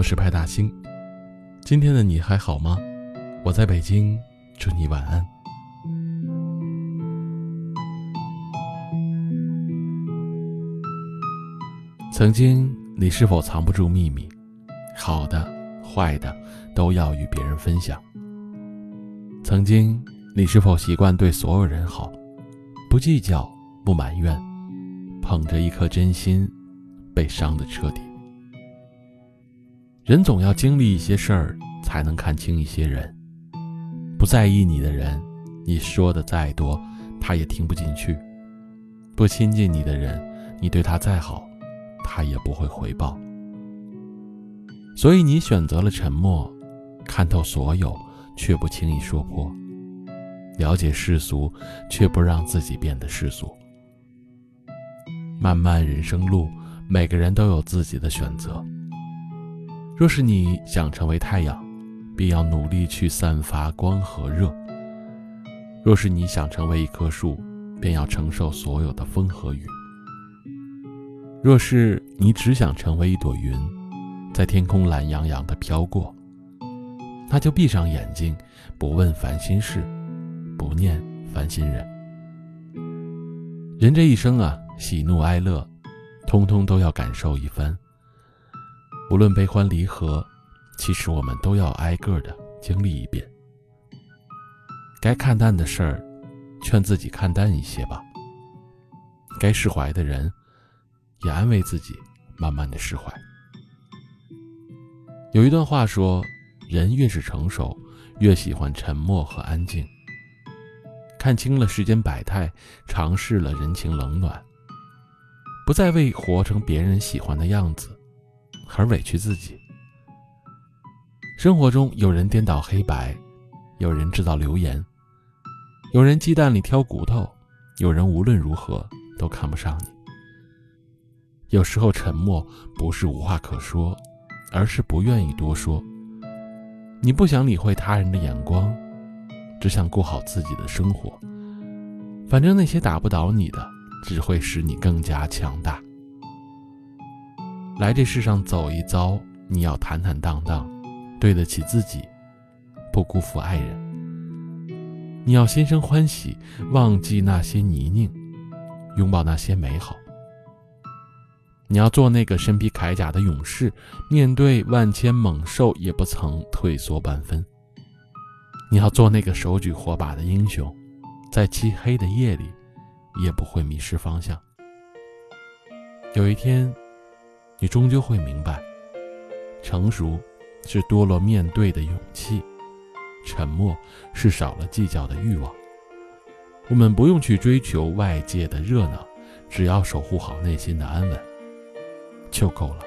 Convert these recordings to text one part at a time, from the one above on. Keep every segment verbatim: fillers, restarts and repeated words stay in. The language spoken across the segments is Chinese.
是派大星。今天的你还好吗？我在北京，祝你晚安。曾经你是否藏不住秘密？好的坏的都要与别人分享。曾经你是否习惯对所有人好，不计较不埋怨，捧着一颗真心被伤得彻底。人总要经历一些事儿才能看清一些人。不在意你的人，你说的再多他也听不进去。不亲近你的人，你对他再好他也不会回报。所以你选择了沉默，看透所有却不轻易说破，了解世俗却不让自己变得世俗。漫漫人生路，每个人都有自己的选择。若是你想成为太阳，必要努力去散发光和热。若是你想成为一棵树，便要承受所有的风和雨。若是你只想成为一朵云，在天空懒洋洋地飘过，那就闭上眼睛，不问烦心事，不念烦心人。人这一生啊，喜怒哀乐通通都要感受一番。无论悲欢离合，其实我们都要挨个的经历一遍。该看淡的事儿，劝自己看淡一些吧。该释怀的人，也安慰自己慢慢的释怀。有一段话说，人越是成熟，越喜欢沉默和安静。看清了世间百态，尝试了人情冷暖，不再为活成别人喜欢的样子而委屈自己。生活中有人颠倒黑白，有人制造流言，有人鸡蛋里挑骨头，有人无论如何都看不上你。有时候沉默不是无话可说，而是不愿意多说。你不想理会他人的眼光，只想过好自己的生活。反正那些打不倒你的，只会使你更加强大。来这世上走一遭，你要坦坦荡荡，对得起自己，不辜负爱人。你要心生欢喜，忘记那些泥泞，拥抱那些美好。你要做那个身披铠甲的勇士，面对万千猛兽也不曾退缩半分。你要做那个手举火把的英雄，在漆黑的夜里也不会迷失方向。有一天你终究会明白，成熟是多了面对的勇气，沉默是少了计较的欲望。我们不用去追求外界的热闹，只要守护好内心的安稳就够了。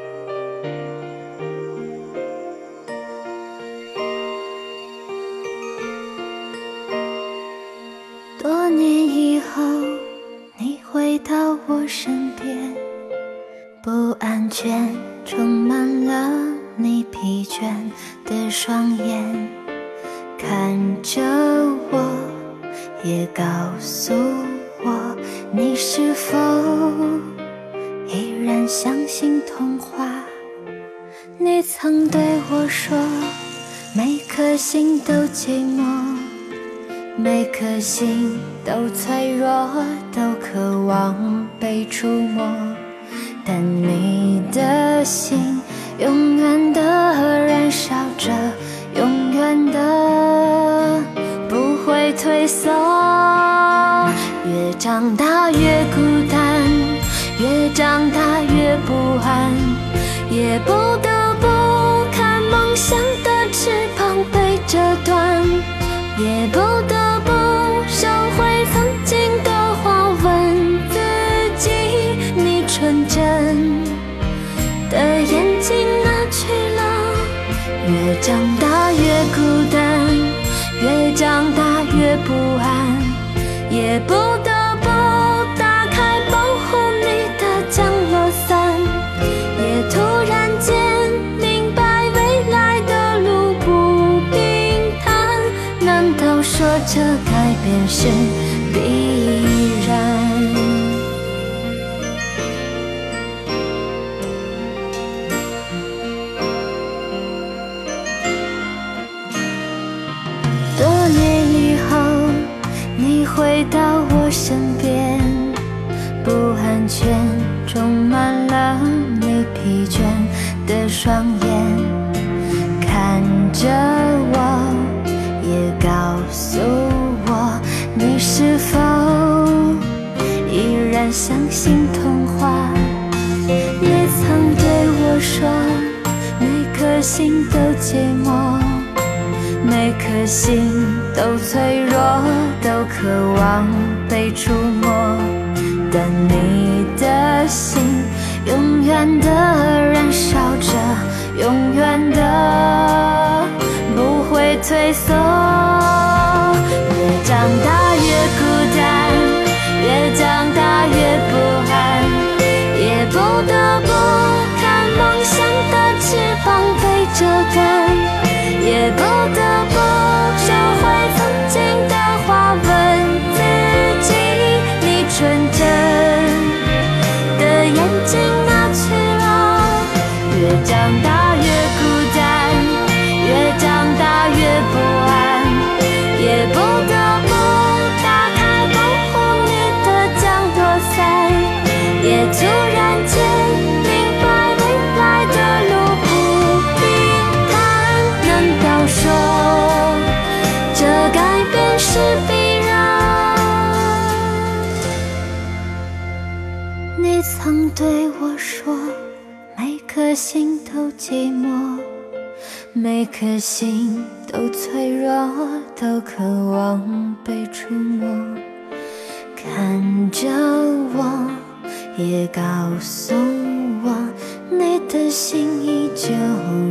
多年以后，你回到我身边，不安全充满了你疲倦的双眼，看着我，也告诉我，你是否依然相信童话？你曾对我说，每颗心都寂寞，每颗心都脆弱，都渴望被触摸，但你的心永远的燃烧着，永远的不会退缩。越长大越孤单，越长大越不安，也不得不看梦想的翅膀被折断，也不得不收回曾经的话，问自己，你纯真的眼睛哪去了？越长大越孤单，越长大越不安，也不得不打开保护你的降落伞，也突然间明白未来的路不平坦，难道说这改变是必然？ 回到我身边，不安全充满了你疲倦的双眼，看着我，也告诉我，你是否依然相信童话？你曾对我说，每颗心都寂寞，每颗心都脆弱，都渴望被触摸，但你的心永远的燃烧着，永远的不会退缩。越长大越孤单，越长大越不安，也不得不看梦想的翅膀被折断，也不得不收回曾经的话，问自己，你纯真的眼睛哪去了？越长大越孤单，越长大越不安，也不得不打开保护你的降落伞，也突然间明白未来的路不平坦。难道说这改变是必然？你曾对我说，每颗心都寂寞，每颗心都脆弱，都渴望被触摸，看着我，也告诉我，你的心依旧